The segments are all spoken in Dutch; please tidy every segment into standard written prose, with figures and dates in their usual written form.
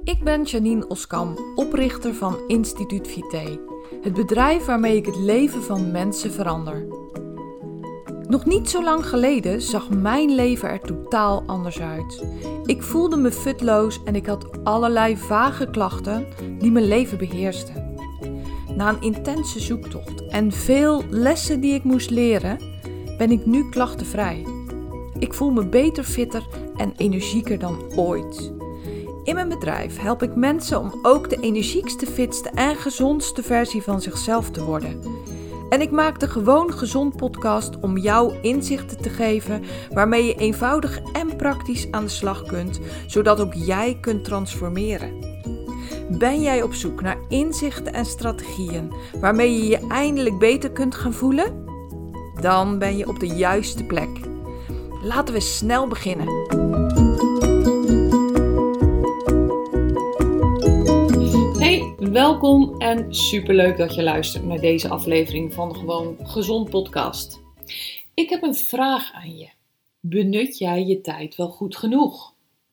Ik ben Janine Oskam, oprichter van Instituut Vitae, het bedrijf waarmee ik het leven van mensen verander. Nog niet zo lang geleden zag mijn leven er totaal anders uit. Ik voelde me futloos en ik had allerlei vage klachten die mijn leven beheersten. Na een intense zoektocht en veel lessen die ik moest leren, ben ik nu klachtenvrij. Ik voel me beter, fitter en energieker dan ooit. In mijn bedrijf help ik mensen om ook de energiekste, fitste en gezondste versie van zichzelf te worden. En ik maak de Gewoon Gezond podcast om jou inzichten te geven waarmee je eenvoudig en praktisch aan de slag kunt, zodat ook jij kunt transformeren. Ben jij op zoek naar inzichten en strategieën waarmee je je eindelijk beter kunt gaan voelen? Dan ben je op de juiste plek. Laten we snel beginnen. Hey, welkom en superleuk dat je luistert naar deze aflevering van de Gewoon Gezond podcast. Ik heb een vraag aan je. Benut jij je tijd wel goed genoeg?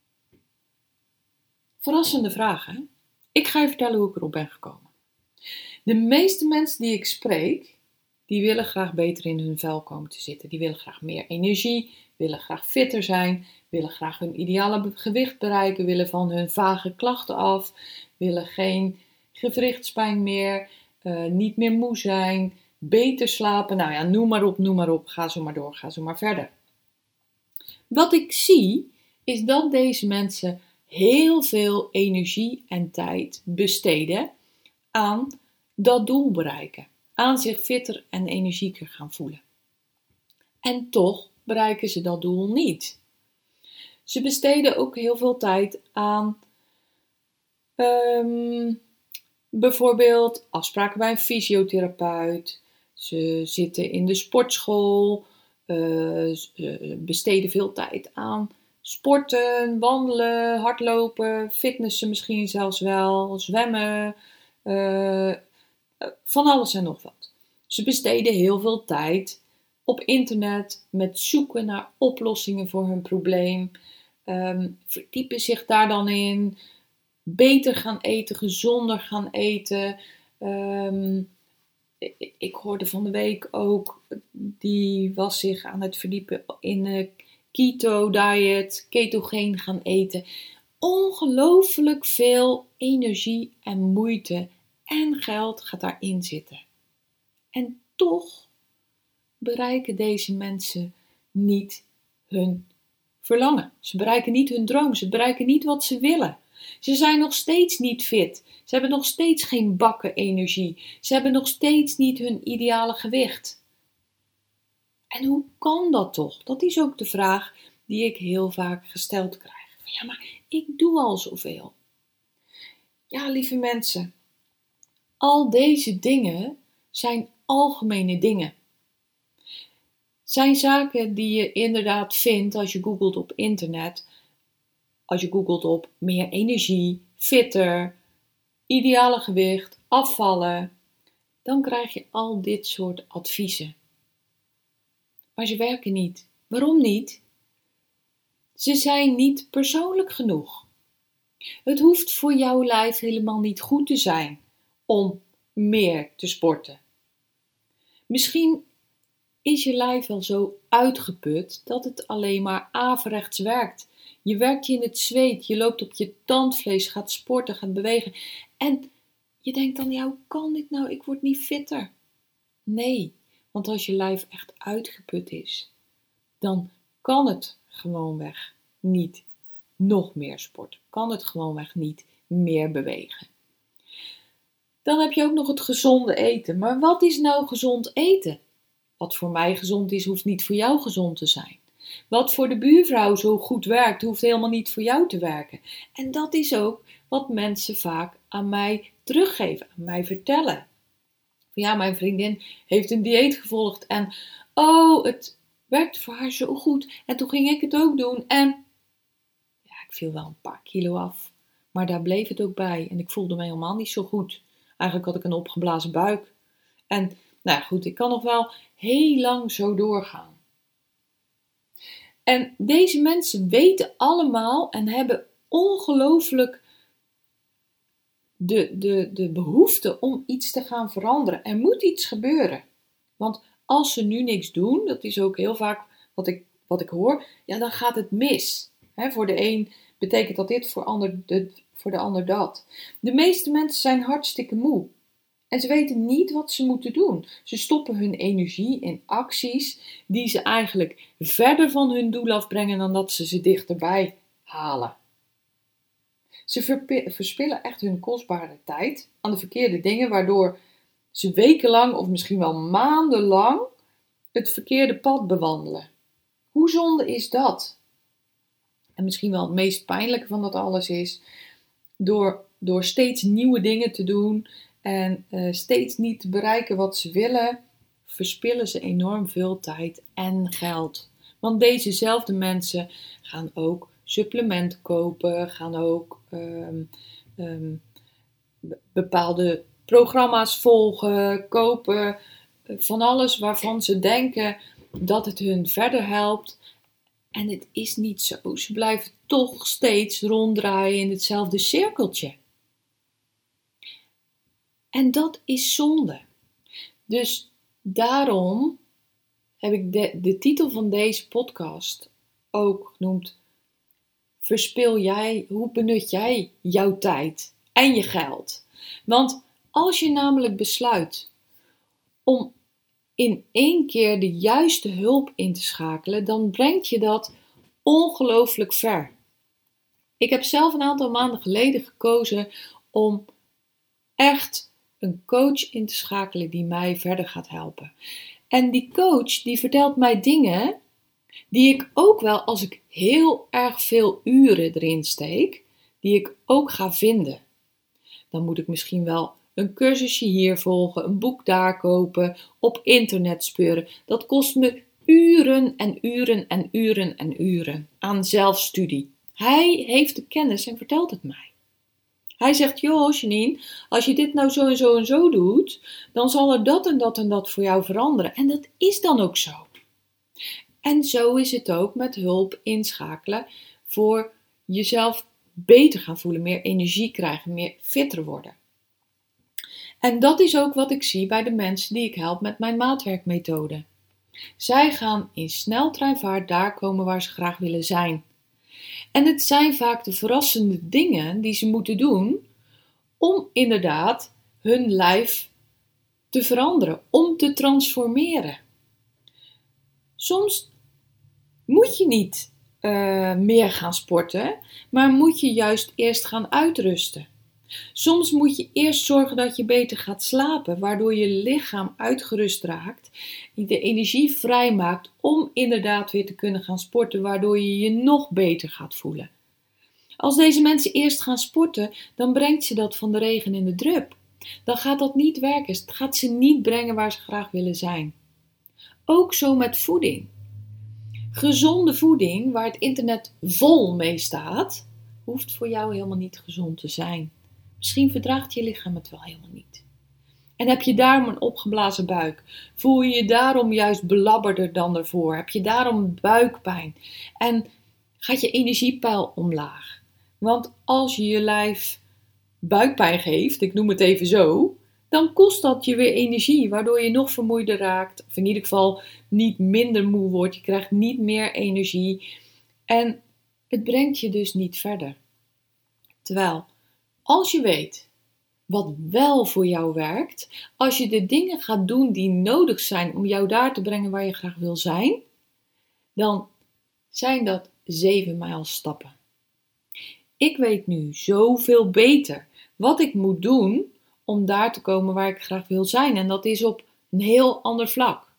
Verrassende vraag, hè? Ik ga je vertellen hoe ik erop ben gekomen. De meeste mensen die ik spreek, die willen graag beter in hun vel komen te zitten. Die willen graag meer energie, willen graag fitter zijn, willen graag hun ideale gewicht bereiken, willen van hun vage klachten af, willen geen gewrichtspijn meer, niet meer moe zijn, beter slapen. Nou ja, noem maar op, ga zo maar door, ga zo maar verder. Wat ik zie, is dat deze mensen heel veel energie en tijd besteden aan dat doel bereiken. Aan zich fitter en energieker gaan voelen. En toch bereiken ze dat doel niet. Ze besteden ook heel veel tijd aan bijvoorbeeld afspraken bij een fysiotherapeut. Ze zitten in de sportschool. Ze besteden veel tijd aan sporten, wandelen, hardlopen, fitnessen misschien zelfs wel, zwemmen, van alles en nog wat. Ze besteden heel veel tijd op internet met zoeken naar oplossingen voor hun probleem, verdiepen zich daar dan in, beter gaan eten, gezonder gaan eten. Ik hoorde van de week ook, die was zich aan het verdiepen in keto diet, ketogeen gaan eten. Ongelooflijk veel energie en moeite en geld gaat daarin zitten. En toch bereiken deze mensen niet hun verlangen. Ze bereiken niet hun droom. Ze bereiken niet wat ze willen. Ze zijn nog steeds niet fit. Ze hebben nog steeds geen bakken energie. Ze hebben nog steeds niet hun ideale gewicht. En hoe kan dat toch? Dat is ook de vraag die ik heel vaak gesteld krijg. Ja, maar ik doe al zoveel. Ja, lieve mensen. Al deze dingen zijn algemene dingen. Zijn zaken die je inderdaad vindt als je googelt op internet. Als je googelt op meer energie, fitter, ideale gewicht, afvallen. Dan krijg je al dit soort adviezen. Maar ze werken niet. Waarom niet? Ze zijn niet persoonlijk genoeg. Het hoeft voor jouw lijf helemaal niet goed te zijn om meer te sporten. Misschien is je lijf wel zo uitgeput dat het alleen maar averechts werkt. Je werkt je in het zweet, je loopt op je tandvlees, gaat sporten, gaat bewegen. En je denkt dan, ja, hoe kan dit nou? Ik word niet fitter. Nee, want als je lijf echt uitgeput is, dan kan het gewoonweg niet nog meer sporten. Kan het gewoonweg niet meer bewegen. Dan heb je ook nog het gezonde eten. Maar wat is nou gezond eten? Wat voor mij gezond is, hoeft niet voor jou gezond te zijn. Wat voor de buurvrouw zo goed werkt, hoeft helemaal niet voor jou te werken. En dat is ook wat mensen vaak aan mij teruggeven, aan mij vertellen. Ja, mijn vriendin heeft een dieet gevolgd en het werkte voor haar zo goed. En toen ging ik het ook doen en ja, ik viel wel een paar kilo af. Maar daar bleef het ook bij en ik voelde me helemaal niet zo goed. Eigenlijk had ik een opgeblazen buik. En nou goed, ik kan nog wel heel lang zo doorgaan. En deze mensen weten allemaal en hebben ongelooflijk de behoefte om iets te gaan veranderen. Er moet iets gebeuren. Want als ze nu niks doen, dat is ook heel vaak wat ik hoor, ja, dan gaat het mis. Voor de een betekent dat dit, voor de ander dat. De meeste mensen zijn hartstikke moe. En ze weten niet wat ze moeten doen. Ze stoppen hun energie in acties die ze eigenlijk verder van hun doel afbrengen dan dat ze dichterbij halen. Ze verspillen echt hun kostbare tijd aan de verkeerde dingen, waardoor ze wekenlang of misschien wel maandenlang het verkeerde pad bewandelen. Hoe zonde is dat? En misschien wel het meest pijnlijke van dat alles is, door steeds nieuwe dingen te doen en steeds niet te bereiken wat ze willen, verspillen ze enorm veel tijd en geld. Want dezezelfde mensen gaan ook supplementen kopen, gaan ook bepaalde programma's volgen, kopen, van alles waarvan ze denken dat het hun verder helpt. En het is niet zo. Ze blijven toch steeds ronddraaien in hetzelfde cirkeltje. En dat is zonde. Dus daarom heb ik de titel van deze podcast ook genoemd: hoe benut jij jouw tijd en je geld? Want als je namelijk besluit om in één keer de juiste hulp in te schakelen, dan brengt je dat ongelooflijk ver. Ik heb zelf een aantal maanden geleden gekozen om echt een coach in te schakelen die mij verder gaat helpen. En die coach die vertelt mij dingen die ik ook wel, als ik heel erg veel uren erin steek, die ik ook ga vinden. Dan moet ik misschien wel een cursusje hier volgen, een boek daar kopen, op internet speuren. Dat kost me uren en uren en uren en uren aan zelfstudie. Hij heeft de kennis en vertelt het mij. Hij zegt: joh Janine, als je dit nou zo en zo en zo doet, dan zal er dat en dat en dat voor jou veranderen. En dat is dan ook zo. En zo is het ook met hulp inschakelen voor jezelf beter gaan voelen, meer energie krijgen, meer fitter worden. En dat is ook wat ik zie bij de mensen die ik help met mijn maatwerkmethode. Zij gaan in sneltreinvaart daar komen waar ze graag willen zijn. En het zijn vaak de verrassende dingen die ze moeten doen om inderdaad hun lijf te veranderen, om te transformeren. Soms moet je niet meer gaan sporten, maar moet je juist eerst gaan uitrusten. Soms moet je eerst zorgen dat je beter gaat slapen, waardoor je lichaam uitgerust raakt, die de energie vrijmaakt om inderdaad weer te kunnen gaan sporten, waardoor je je nog beter gaat voelen. Als deze mensen eerst gaan sporten, dan brengt ze dat van de regen in de drup. Dan gaat dat niet werken, het gaat ze niet brengen waar ze graag willen zijn. Ook zo met voeding. Gezonde voeding, waar het internet vol mee staat, hoeft voor jou helemaal niet gezond te zijn. Misschien verdraagt je lichaam het wel helemaal niet. En heb je daarom een opgeblazen buik? Voel je je daarom juist belabberder dan ervoor? Heb je daarom buikpijn? En gaat je energiepeil omlaag? Want als je je lijf buikpijn geeft, ik noem het even zo, dan kost dat je weer energie, waardoor je nog vermoeider raakt. Of in ieder geval niet minder moe wordt. Je krijgt niet meer energie. En het brengt je dus niet verder. Terwijl, als je weet wat wel voor jou werkt, als je de dingen gaat doen die nodig zijn om jou daar te brengen waar je graag wil zijn, dan zijn dat 7 mijlstappen. Ik weet nu zoveel beter wat ik moet doen om daar te komen waar ik graag wil zijn. En dat is op een heel ander vlak.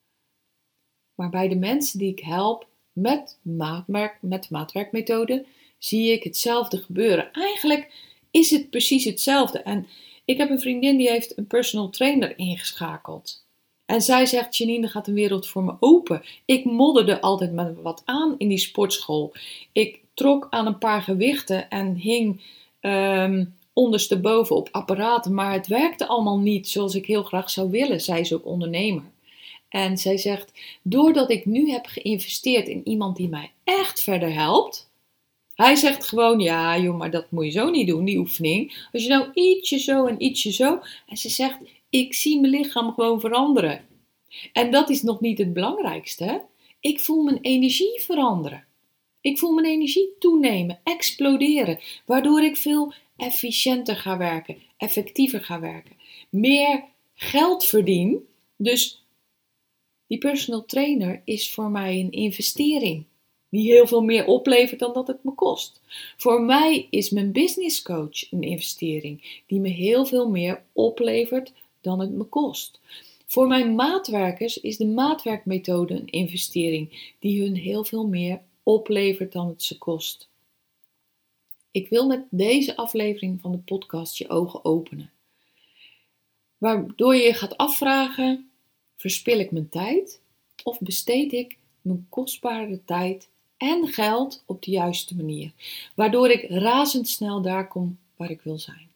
Maar bij de mensen die ik help met de maatwerkmethode, zie ik hetzelfde gebeuren. Eigenlijk is het precies hetzelfde. En ik heb een vriendin die heeft een personal trainer ingeschakeld. En zij zegt: Janine, er gaat een wereld voor me open. Ik modderde altijd met wat aan in die sportschool. Ik trok aan een paar gewichten en hing ondersteboven op apparaten. Maar het werkte allemaal niet zoals ik heel graag zou willen. Zij is ook ondernemer. En zij zegt: doordat ik nu heb geïnvesteerd in iemand die mij echt verder helpt, Hij zegt gewoon, ja joh, maar dat moet je zo niet doen, die oefening. Als je nou ietsje zo en ietsje zo. En ze zegt, ik zie mijn lichaam gewoon veranderen. En dat is nog niet het belangrijkste. Hè? Ik voel mijn energie veranderen. Ik voel mijn energie toenemen, exploderen. Waardoor ik veel efficiënter ga werken, effectiever ga werken. Meer geld verdien. Dus die personal trainer is voor mij een investering. Die heel veel meer oplevert dan dat het me kost. Voor mij is mijn business coach een investering. Die me heel veel meer oplevert dan het me kost. Voor mijn maatwerkers is de maatwerkmethode een investering. Die hun heel veel meer oplevert dan het ze kost. Ik wil met deze aflevering van de podcast je ogen openen. Waardoor je je gaat afvragen, verspil ik mijn tijd of besteed ik mijn kostbare tijd en geld op de juiste manier? Waardoor ik razendsnel daar kom waar ik wil zijn.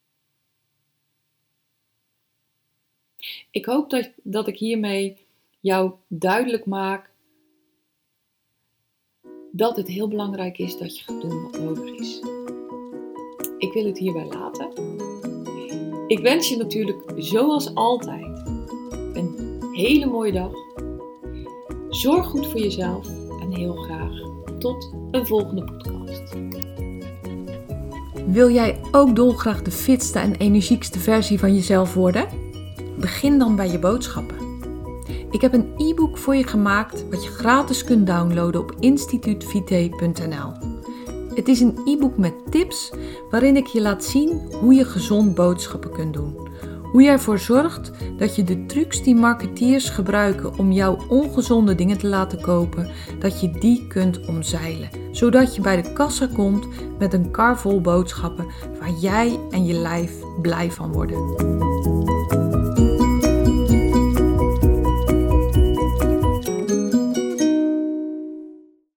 Ik hoop dat ik hiermee jou duidelijk maak dat het heel belangrijk is dat je gaat doen wat nodig is. Ik wil het hierbij laten. Ik wens je natuurlijk zoals altijd een hele mooie dag. Zorg goed voor jezelf en heel graag tot een volgende podcast. Wil jij ook dolgraag de fitste en energiekste versie van jezelf worden? Begin dan bij je boodschappen. Ik heb een e-book voor je gemaakt wat je gratis kunt downloaden op instituutvite.nl. Het is een e-book met tips waarin ik je laat zien hoe je gezond boodschappen kunt doen. Hoe je ervoor zorgt dat je de trucs die marketeers gebruiken om jouw ongezonde dingen te laten kopen, dat je die kunt omzeilen. Zodat je bij de kassa komt met een kar vol boodschappen waar jij en je lijf blij van worden.